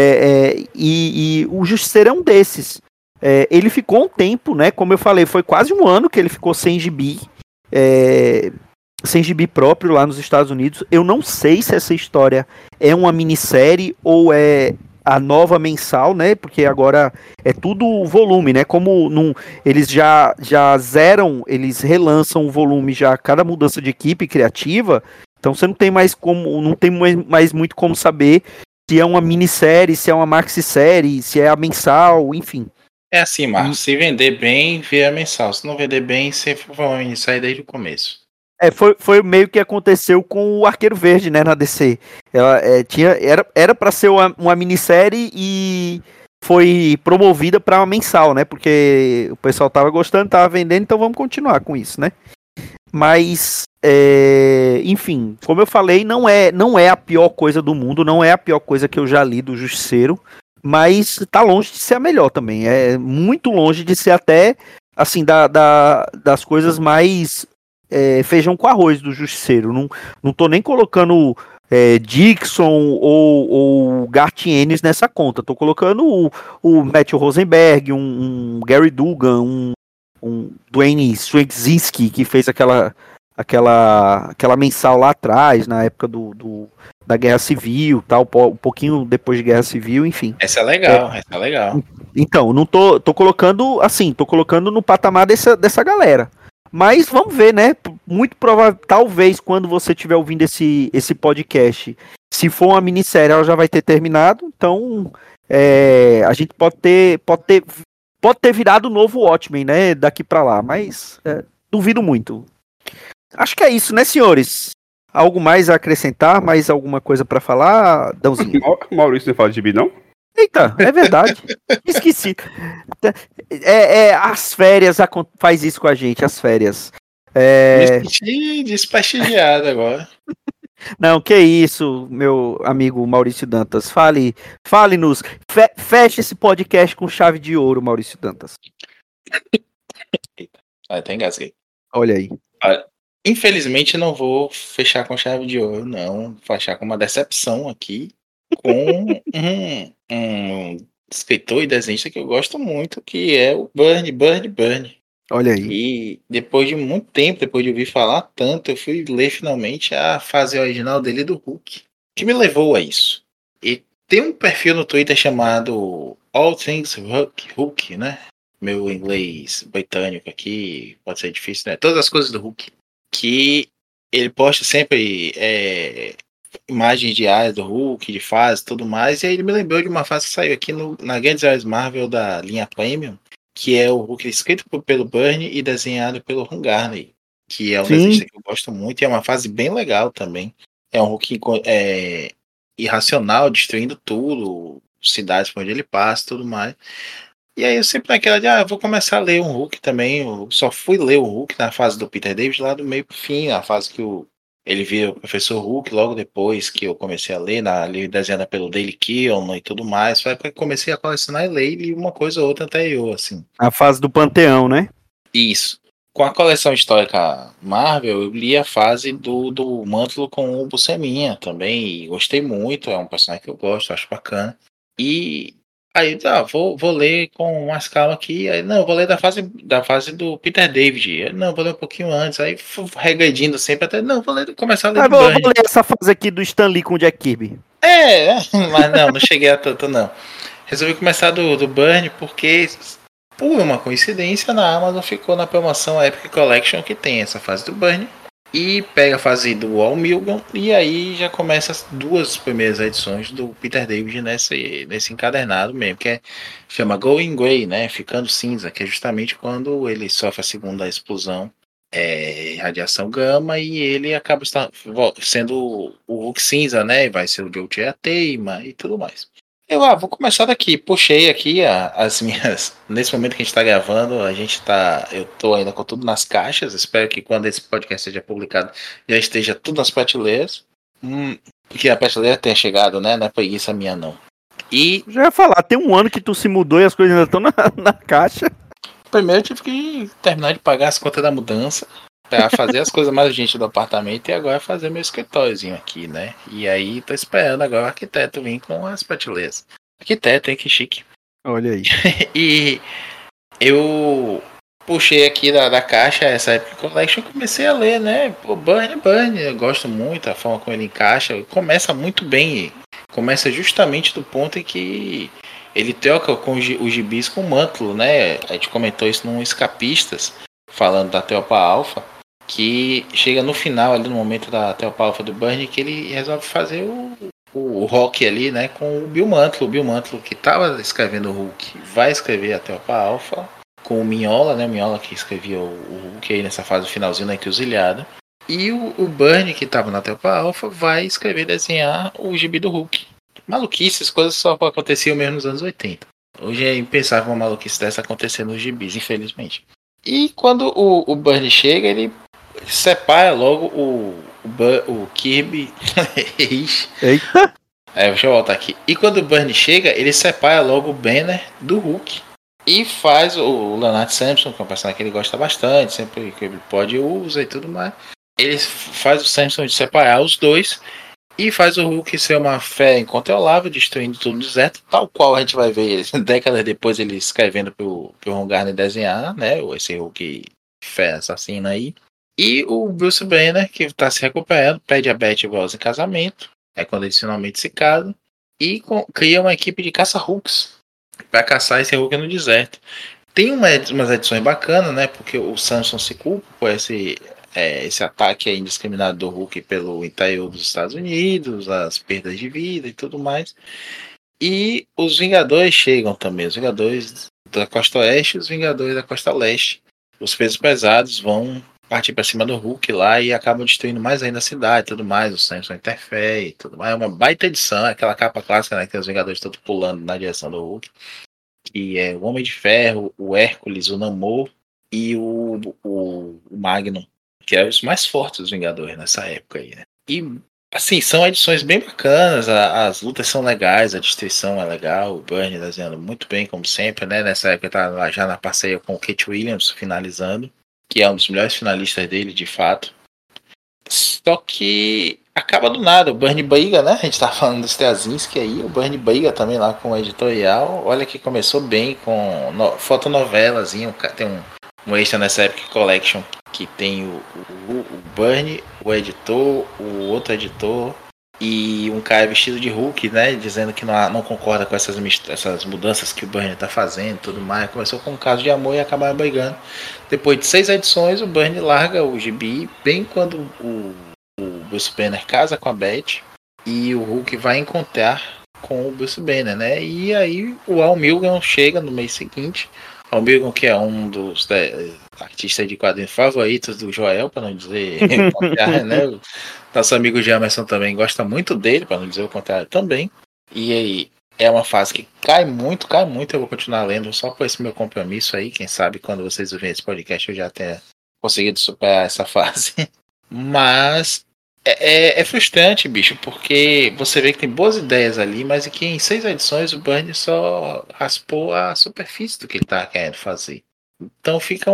E o Justiceiro é um desses. Ele ficou um tempo, né? Como eu falei, foi quase um ano que ele ficou sem gibi. Sem gibi próprio lá nos Estados Unidos. Eu não sei se essa história é uma minissérie ou é a nova mensal, né? Porque agora é tudo volume, né? Como eles já zeram, eles relançam o volume já a cada mudança de equipe criativa. Então você não tem mais muito como saber se é uma minissérie, se é uma maxi-série, se é a mensal, enfim. É assim, Marcos, se vender bem, vira mensal. Se não vender bem, sempre foi uma minissérie desde o começo. Foi meio que aconteceu com o Arqueiro Verde, né, na DC. Ela era para ser uma minissérie e foi promovida para uma mensal, né, porque o pessoal tava gostando, tava vendendo, então vamos continuar com isso, né. Mas, enfim, como eu falei, não é a pior coisa do mundo, não é a pior coisa que eu já li do Justiceiro, mas tá longe de ser a melhor também. É muito longe de ser até, assim, das coisas mais... feijão com arroz do Justiceiro. Não tô nem colocando Dixon ou Garth Ennis nessa conta. Tô colocando o Matthew Rosenberg, um Gary Dugan, um Dwayne Straczynski, que fez aquela mensal lá atrás, na época da Guerra Civil, tal, um pouquinho depois de Guerra Civil, enfim. Essa é legal, essa é legal. Então, não tô colocando assim, tô colocando no patamar dessa galera. Mas vamos ver, né? Muito provável, talvez quando você estiver ouvindo esse podcast, se for uma minissérie, ela já vai ter terminado. Então, a gente pode ter virado o novo Watchmen, né? Daqui pra lá, mas duvido muito. Acho que é isso, né, senhores? Algo mais a acrescentar? Mais alguma coisa pra falar, Dãozinho? Maurício não fala de gibi, não? Eita, é verdade. Esqueci. As férias faz isso com a gente, as férias. Me senti desprestigiado agora. Não, que isso, meu amigo Maurício Dantas. Fale-nos. Feche esse podcast com chave de ouro, Maurício Dantas. Até engasguei. Olha aí. Infelizmente não vou fechar com chave de ouro, não. Vou fechar com uma decepção aqui. Com um escritor e desenhista que eu gosto muito, que é o Burnie. Olha aí. E depois de muito tempo, depois de ouvir falar tanto, eu fui ler finalmente a fase original dele do Hulk, que me levou a isso. E tem um perfil no Twitter chamado All Things Hulk, né? Meu inglês britânico aqui pode ser difícil, né? Todas as coisas do Hulk. Que ele posta sempre imagens diárias do Hulk, de fase e tudo mais. E aí ele me lembrou de uma fase que saiu aqui na Grandes Heróis Marvel da linha Premium, que é o Hulk escrito pelo Burnie e desenhado pelo Ron Garney, que é um desenhista que eu gosto muito, e é uma fase bem legal também. É um Hulk irracional, destruindo tudo, cidades por onde ele passa e tudo mais. E aí eu sempre naquela de, vou começar a ler um Hulk também. Eu só fui ler o Hulk na fase do Peter David lá do meio pro fim, a fase que ele vira o Professor Hulk, logo depois que eu comecei a ler, ali desenhada pelo Dale Keown e tudo mais. Foi porque eu comecei a colecionar e ler e li uma coisa ou outra anterior, assim. A fase do Panteão, né? Isso. Com a coleção histórica Marvel, eu li a fase do Mantlo com o Buscemi também, e gostei muito, é um personagem que eu gosto, acho bacana. E aí, vou ler com mais calma aqui. Aí, não, vou ler da fase do Peter David. Não, vou ler um pouquinho antes. Aí, regredindo sempre até. Não, começar a ler do Burnie. Vou ler essa fase aqui do Stan Lee com o Jack Kirby. Mas não cheguei a tanto, não. Resolvi começar do Burnie porque, por uma coincidência, na Amazon ficou na promoção Epic Collection, que tem essa fase do Burnie. E pega a fase do Al Milgrom, e aí já começa as duas primeiras edições do Peter David nesse encadernado mesmo, que chama Going Grey, né? Ficando cinza, que é justamente quando ele sofre a segunda explosão, radiação gama, e ele acaba sendo o Hulk cinza, né? Vai ser o Joe a teima e tudo mais. Eu vou começar daqui. Puxei aqui as minhas. Nesse momento que a gente está gravando, eu tô ainda com tudo nas caixas. Espero que quando esse podcast seja publicado já esteja tudo nas prateleiras. Que a prateleira tenha chegado, né? Não é preguiça minha, não. E já ia falar, tem um ano que tu se mudou e as coisas ainda estão na caixa. Primeiro eu tive que terminar de pagar as contas da mudança, para fazer as coisas mais urgentes do apartamento, e agora fazer meu escritóriozinho aqui, né? E aí tô esperando agora o arquiteto vir com as prateleiras. Arquiteto, hein? Que chique. Olha aí. E eu puxei aqui da caixa essa Epic Collection e comecei a ler, né? Pô, Burnie, eu gosto muito, a forma como ele encaixa. Começa muito bem. Começa justamente do ponto em que ele troca com os gibis com o Mantlo, né? A gente comentou isso num Escapistas, falando da Teopa Alpha, que chega no final, ali no momento da Teopa Alpha do Burnie, que ele resolve fazer o rock ali, né, com o Bill Mantlo. O Bill Mantlo, que estava escrevendo o Hulk, vai escrever a Teopa Alpha com o Mignola, né? O Mignola que escrevia o Hulk aí nessa fase finalzinho da Encruzilhada. E o Burnie, que estava na Teopa Alpha, vai escrever e desenhar o gibi do Hulk. Maluquice, as coisas só aconteciam mesmo nos anos 80. Hoje é impensável uma maluquice dessa acontecer nos gibis, infelizmente. E quando o Burnie chega, ele separa logo o Kirby. Eita! Deixa eu voltar aqui. E quando o Burnie chega, ele separa logo o Banner do Hulk. E faz o Leonard Samson, que é um personagem que ele gosta bastante, sempre que ele pode usa e tudo mais. Ele faz o Samson de separar os dois. E faz o Hulk ser uma fé incontrolável, destruindo tudo no deserto, tal qual a gente vai ver ele, décadas depois ele escrevendo pro Ron Garner desenhar, né? Esse Hulk fé assassina aí. E o Bruce Banner, que tá se recuperando, pede a Betty Ross em casamento. É quando eles finalmente se casam. E cria uma equipe de caça-Hulks para caçar esse Hulk no deserto. Tem umas edições bacanas, né? Porque o Samson se culpa por esse ataque indiscriminado do Hulk pelo interior dos Estados Unidos, as perdas de vida e tudo mais. E os Vingadores chegam também, os Vingadores da Costa Oeste e os Vingadores da Costa Leste. Os pesos pesados vão partir para cima do Hulk lá e acabam destruindo mais ainda a cidade e tudo mais. O Samson interfere e tudo mais. É uma baita edição, aquela capa clássica, né? Que tem os Vingadores todos pulando na direção do Hulk. Que é o Homem de Ferro, o Hércules, o Namor e o Magnum, que eram os mais fortes dos Vingadores nessa época aí, né? E, assim, são edições bem bacanas, as lutas são legais, a destruição é legal, o Bernie desenhando muito bem, como sempre, né? Nessa época tá lá já na parceria com o Kate Williams, finalizando, que é um dos melhores finalistas dele, de fato. Só que acaba do nada, o Bernie briga, né? A gente tá falando do Straczynski aí, o Bernie briga também lá com o editorial. Olha que começou bem com fotonovelazinha, tem um extra nessa Epic Collection que tem o Bernie, o editor, o outro editor e um cara vestido de Hulk, né? Dizendo que não concorda com essas mudanças que o Bernie tá fazendo e tudo mais. Começou com um caso de amor e acabaram brigando. Depois de 6 edições, o Bernie larga o gibi bem quando o Bruce Banner casa com a Betty e o Hulk vai encontrar com o Bruce Banner, né? E aí o Al Milgrom chega no mês seguinte. Al Milgrom, que é um dos artistas de quadrinhos favoritos do Joel, para não dizer o contrário, né? Nosso amigo Jamerson também gosta muito dele, para não dizer o contrário também. E aí é uma fase que cai muito. Eu vou continuar lendo só por esse meu compromisso aí. Quem sabe quando vocês ouvirem esse podcast eu já tenha conseguido superar essa fase. Mas é frustrante, bicho, porque você vê que tem boas ideias ali, mas que em 6 edições o Bernie só raspou a superfície do que ele tá querendo fazer. Então fica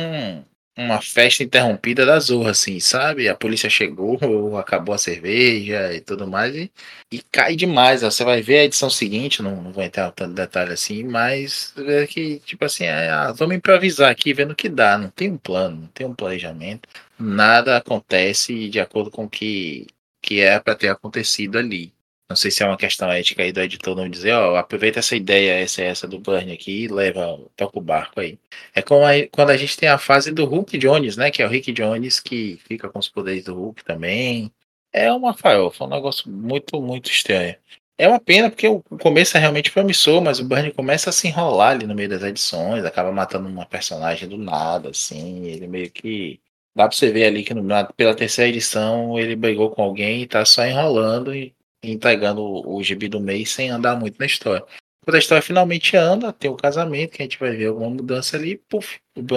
uma festa interrompida da Zorra, assim, sabe? A polícia chegou, acabou a cerveja e tudo mais, e cai demais. Você vai ver a edição seguinte, não vou entrar em tanto detalhe assim, mas é que, tipo assim, vamos improvisar aqui, vendo o que dá. Não tem um plano, não tem um planejamento. Nada acontece de acordo com o que é para ter acontecido ali. Não sei se é uma questão ética aí do editor não dizer, aproveita essa ideia, essa do Bernie aqui e toca o barco aí. É como quando a gente tem a fase do Hulk Jones, né? Que é o Rick Jones que fica com os poderes do Hulk também. É uma farofa, um negócio muito, muito estranho. É uma pena porque o começo é realmente promissor, mas o Bernie começa a se enrolar ali no meio das edições, acaba matando uma personagem do nada, assim, ele meio que... Dá pra você ver ali que pela terceira edição ele brigou com alguém e tá só enrolando e entregando o gibi do mês sem andar muito na história. Quando a história finalmente anda, tem o casamento, que a gente vai ver alguma mudança ali, puf,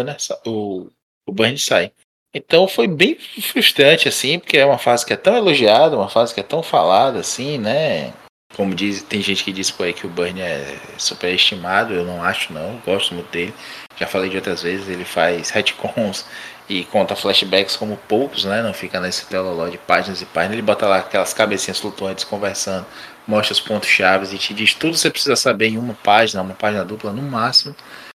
o Bernie sai. Então foi bem frustrante, assim, porque é uma fase que é tão elogiada, uma fase que é tão falada, assim, né? Como tem gente que diz por aí que o Bernie é superestimado, eu não acho, não, gosto muito dele. Já falei de outras vezes, ele faz retcons e conta flashbacks como poucos, né? Não fica nesse teloló de páginas e páginas. Ele bota lá aquelas cabecinhas flutuantes conversando, mostra os pontos chaves e te diz tudo que você precisa saber em uma página dupla no máximo,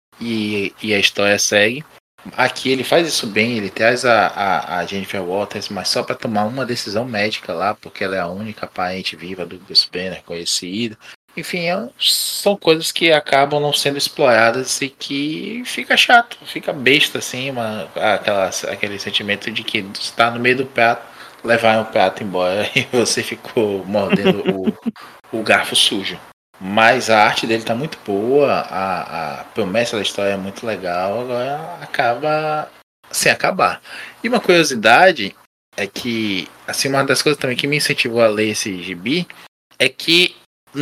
e a história segue. Aqui ele faz isso bem, ele traz a Jennifer Walters, mas só para tomar uma decisão médica lá, porque ela é a única parente viva do Bruce Banner conhecida. Enfim, são coisas que acabam não sendo exploradas e que fica chato, fica besta assim, aquele sentimento de que está no meio do prato, levar o prato embora e você ficou mordendo o garfo sujo. Mas a arte dele tá muito boa, a promessa da história é muito legal, agora acaba sem acabar. E uma curiosidade é que, assim, uma das coisas também que me incentivou a ler esse gibi é que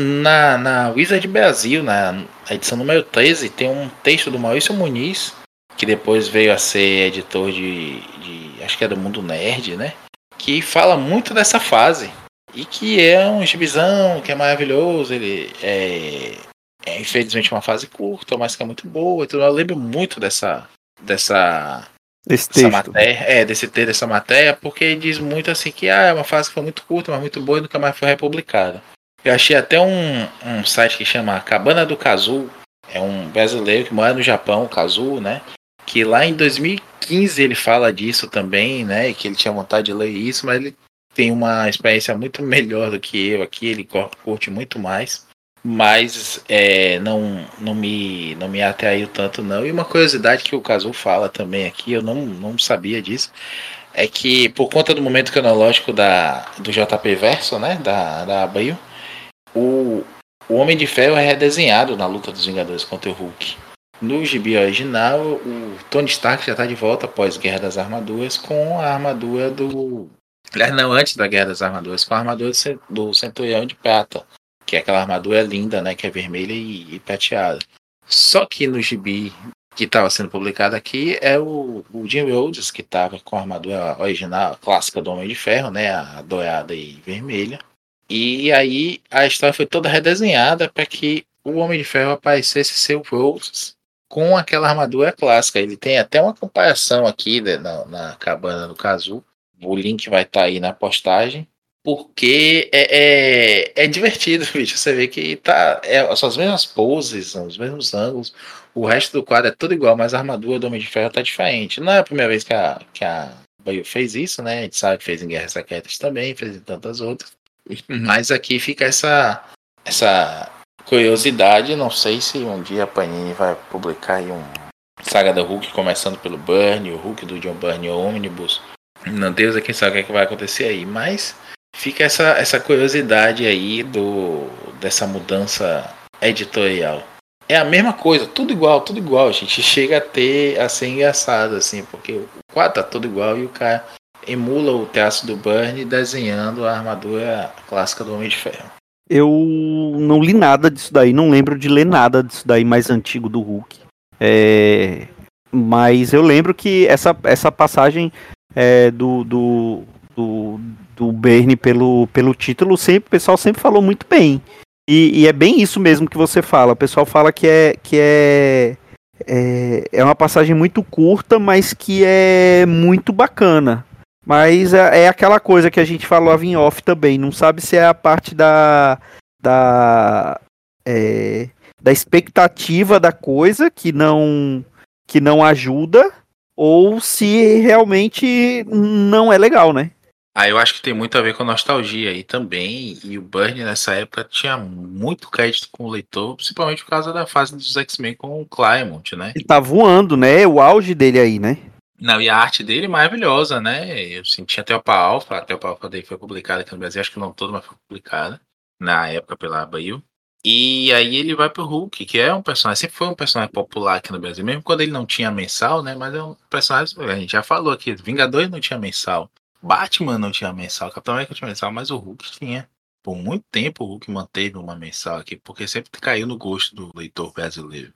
na Wizard Brasil, na edição número 13, tem um texto do Maurício Muniz, que depois veio a ser editor de acho que é do Mundo Nerd, né? Que fala muito dessa fase. E que é um gibizão, que é maravilhoso. Ele é infelizmente uma fase curta, mas que é muito boa. Então eu lembro muito dessa Esse Essa texto. matéria, dessa matéria, porque diz muito assim que é uma fase que foi muito curta, mas muito boa e nunca mais foi republicada. Eu achei até um site que chama Cabana do Kazu, é um brasileiro que mora no Japão, o Kazu, né? Que lá em 2015 ele fala disso também, né? E que ele tinha vontade de ler isso, mas ele tem uma experiência muito melhor do que eu aqui, ele curte muito mais. Mas não me atraiu tanto não. E uma curiosidade que o Kazu fala também aqui, eu não sabia disso, é que por conta do momento cronológico do JP Verso, né, da Abril, o Homem de Ferro é redesenhado na luta dos Vingadores contra o Hulk. No gibi original, o Tony Stark já está de volta após Guerra das Armaduras com a armadura do... Aliás, não, antes da Guerra das Armaduras, com a armadura do Centurião de Prata, que é aquela armadura linda, né, que é vermelha e prateada. Só que no gibi que estava sendo publicado aqui é o Jim Rhodes, que estava com a armadura original, clássica do Homem de Ferro, né, a dourada e vermelha. E aí a história foi toda redesenhada para que o Homem de Ferro aparecesse ser o Rhodes com aquela armadura clássica. Ele tem até uma comparação aqui na cabana do Kazu. O link vai estar aí na postagem. Porque é divertido, bicho. Você vê que são as mesmas poses, são os mesmos ângulos. O resto do quadro é tudo igual, mas a armadura do Homem de Ferro tá diferente. Não é a primeira vez que a Bayo fez isso, né? A gente sabe que fez em Guerras Secretas também, fez em tantas outras. Mas aqui fica essa curiosidade. Não sei se um dia a Panini vai publicar aí Saga do Hulk, começando pelo Byrne, o Hulk do John Byrne Omnibus. Não Deus é quem sabe o que vai acontecer aí, mas fica essa curiosidade aí dessa mudança editorial. É a mesma coisa, tudo igual, a gente chega a ser engraçado, assim, porque o quadro tá tudo igual e o cara emula o traço do Byrne desenhando a armadura clássica do Homem de Ferro. Eu não li nada disso daí, não lembro de ler nada disso daí mais antigo do Hulk. Mas eu lembro que essa passagem do Byrne pelo título, o pessoal sempre falou muito bem. E é bem isso mesmo que você fala. O pessoal fala que é uma passagem muito curta, mas que é muito bacana. Mas é aquela coisa que a gente falava em off também. Não sabe se é a parte da expectativa da coisa que não ajuda, ou se realmente não é legal, né? Eu acho que tem muito a ver com nostalgia aí também, e o Byrne nessa época tinha muito crédito com o leitor, principalmente por causa da fase dos X-Men com o Claremont, né? Ele tá voando, né? O auge dele aí, né? Não, e a arte dele é maravilhosa, né? Eu senti até o Alpha dele foi publicada aqui no Brasil, acho que não todo, mas foi publicada na época pela Abril. E aí ele vai pro Hulk, que é um personagem, sempre foi um personagem popular aqui no Brasil, mesmo quando ele não tinha mensal, né? Mas é um personagem, a gente já falou aqui, Vingadores não tinha mensal, Batman não tinha mensal, Capitão América tinha mensal, mas o Hulk tinha. Por muito tempo o Hulk manteve uma mensal aqui, porque sempre caiu no gosto do leitor brasileiro.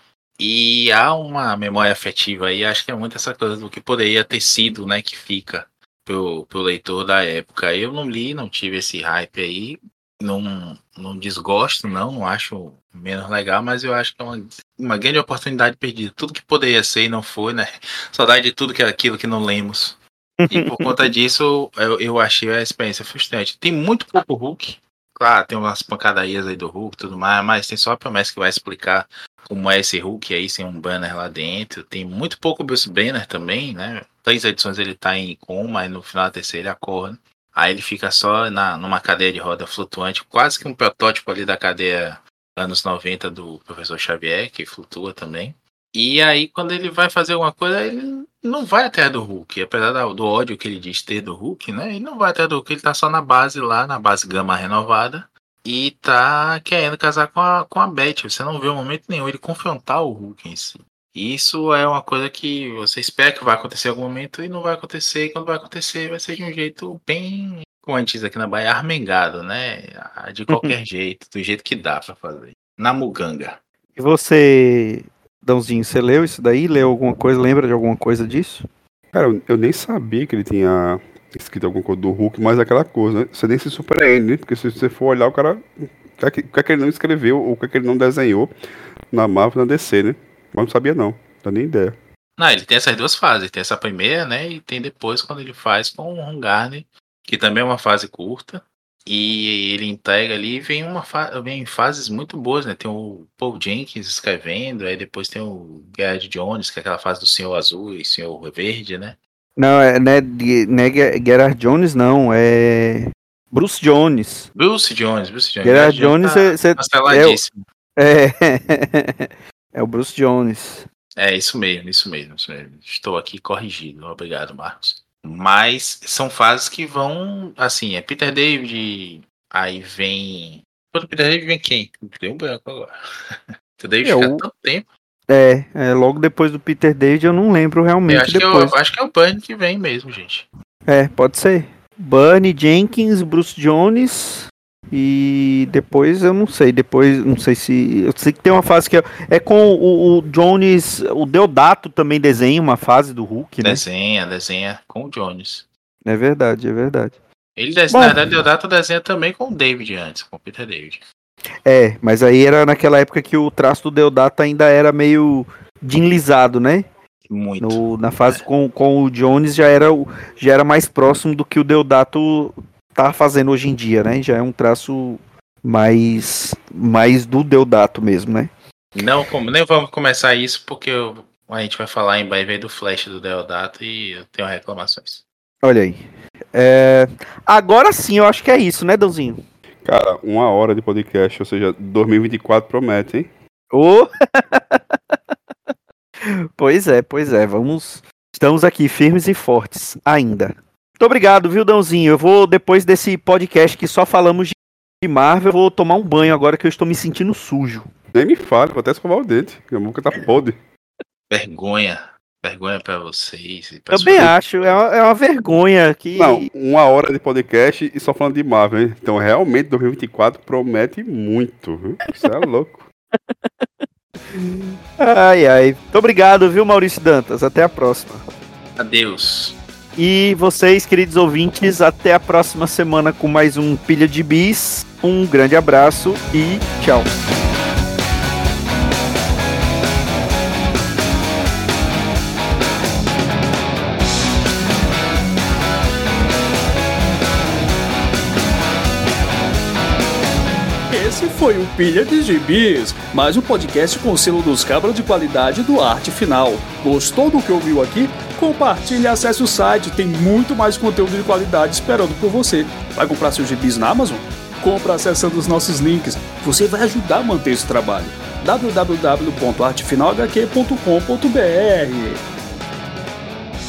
E há uma memória afetiva aí, acho que é muito essa coisa do que poderia ter sido, né, que fica pro leitor da época. Eu não li, não tive esse hype aí, não desgosto, não acho menos legal, mas eu acho que é uma grande oportunidade perdida. Tudo que poderia ser e não foi, né? Saudade de tudo que é aquilo que não lemos. E por conta disso, eu achei a experiência frustrante. Tem muito pouco Hulk. Claro, tem umas pancadarias aí do Hulk e tudo mais, mas tem só a promessa que vai explicar como é esse Hulk aí, sem um banner lá dentro. Tem muito pouco Bruce Banner também, né? 3 edições ele tá em coma, e no final da terceira ele acorda. Aí ele fica só numa cadeira de roda flutuante, quase que um protótipo ali da cadeia anos 90 do Professor Xavier, que flutua também. E aí, quando ele vai fazer alguma coisa, ele não vai atrás do Hulk. Apesar do ódio que ele diz ter do Hulk, né? Ele não vai atrás do Hulk, ele tá só na base lá, na base Gama renovada. E tá querendo casar com a Beth. Você não vê em momento nenhum ele confrontar o Hulk em si. Isso é uma coisa que você espera que vai acontecer em algum momento e não vai acontecer. E quando vai acontecer, vai ser de um jeito bem, como a gente diz aqui na Bahia, armengado, né? De qualquer jeito, do jeito que dá pra fazer. Na muganga. E você, Dãozinho, você leu isso daí? Leu alguma coisa? Lembra de alguma coisa disso? Cara, eu nem sabia que ele tinha escrito alguma coisa do Hulk, mas aquela coisa, né? Você nem se surpreende, né? Porque se você for olhar, o cara... O que é que ele não escreveu, ou o que é que ele não desenhou na Marvel, na DC, né? Mas não sabia não, não dá nem ideia. Não, ele tem essas duas fases. Tem essa primeira, né? E tem depois quando ele faz com o Ron Garner, que também é uma fase curta. E ele entrega ali e vem fases muito boas, né? Tem o Paul Jenkins escrevendo, aí depois tem o Garrett Jones, que é aquela fase do Senhor Azul e Senhor Verde, né? Não, não é Gerard Jones, não. É Bruce Jones. Bruce Jones. Gerard Jones canceladíssimo. É o Bruce Jones. É isso mesmo. Estou aqui corrigido. Obrigado, Marcos. Mas são fases que vão, assim, é Peter David, aí vem... Quando Peter David vem quem? Deu um branco agora. Peter David fica tanto tempo. Logo depois do Peter David eu não lembro realmente eu acho que é o Bernie que vem mesmo, gente. Pode ser. Bernie, Jenkins, Bruce Jones e depois eu não sei. Depois, não sei se... Eu sei que tem uma fase que é com o Jones, o Deodato também desenha uma fase do Hulk, né? Desenha com o Jones. É verdade. Ele desenha, na verdade, o Deodato desenha também com o David antes, com o Peter David. Mas aí era naquela época que o traço do Deodato ainda era meio deslizado, né? Muito. Na fase com o Jones já era mais próximo do que o Deodato tá fazendo hoje em dia, né? Já é um traço mais do Deodato mesmo, né? Não, nem vamos começar isso porque a gente vai falar em breve do Flash do Deodato e eu tenho reclamações. Olha aí. Agora sim, eu acho que é isso, né, Dãozinho? Cara, 1 hora de podcast, ou seja, 2024 promete, hein? Pois é, estamos aqui firmes e fortes ainda. Muito obrigado, viu, Dãozinho? Eu vou, depois desse podcast que só falamos de Marvel, eu vou tomar um banho agora que eu estou me sentindo sujo. Nem me fale, vou até escovar o dente, a boca tá podre. Vergonha pra vocês. Também acho, é uma vergonha que... Não, 1 hora de podcast e só falando de Marvel, hein? Então realmente 2024 promete muito, viu? Isso é louco. Ai. Muito obrigado, viu, Maurício Dantas? Até a próxima. Adeus. E vocês, queridos ouvintes, até a próxima semana com mais um Pilha de Bis. Um grande abraço e tchau. Esse foi o Pilha de Gibis, mais um podcast com o selo dos cabras de qualidade do Arte Final. Gostou do que ouviu aqui? Compartilhe e acesse o site, tem muito mais conteúdo de qualidade esperando por você. Vai comprar seus gibis na Amazon? Compra acessando os nossos links, você vai ajudar a manter esse trabalho. www.artefinalhq.com.br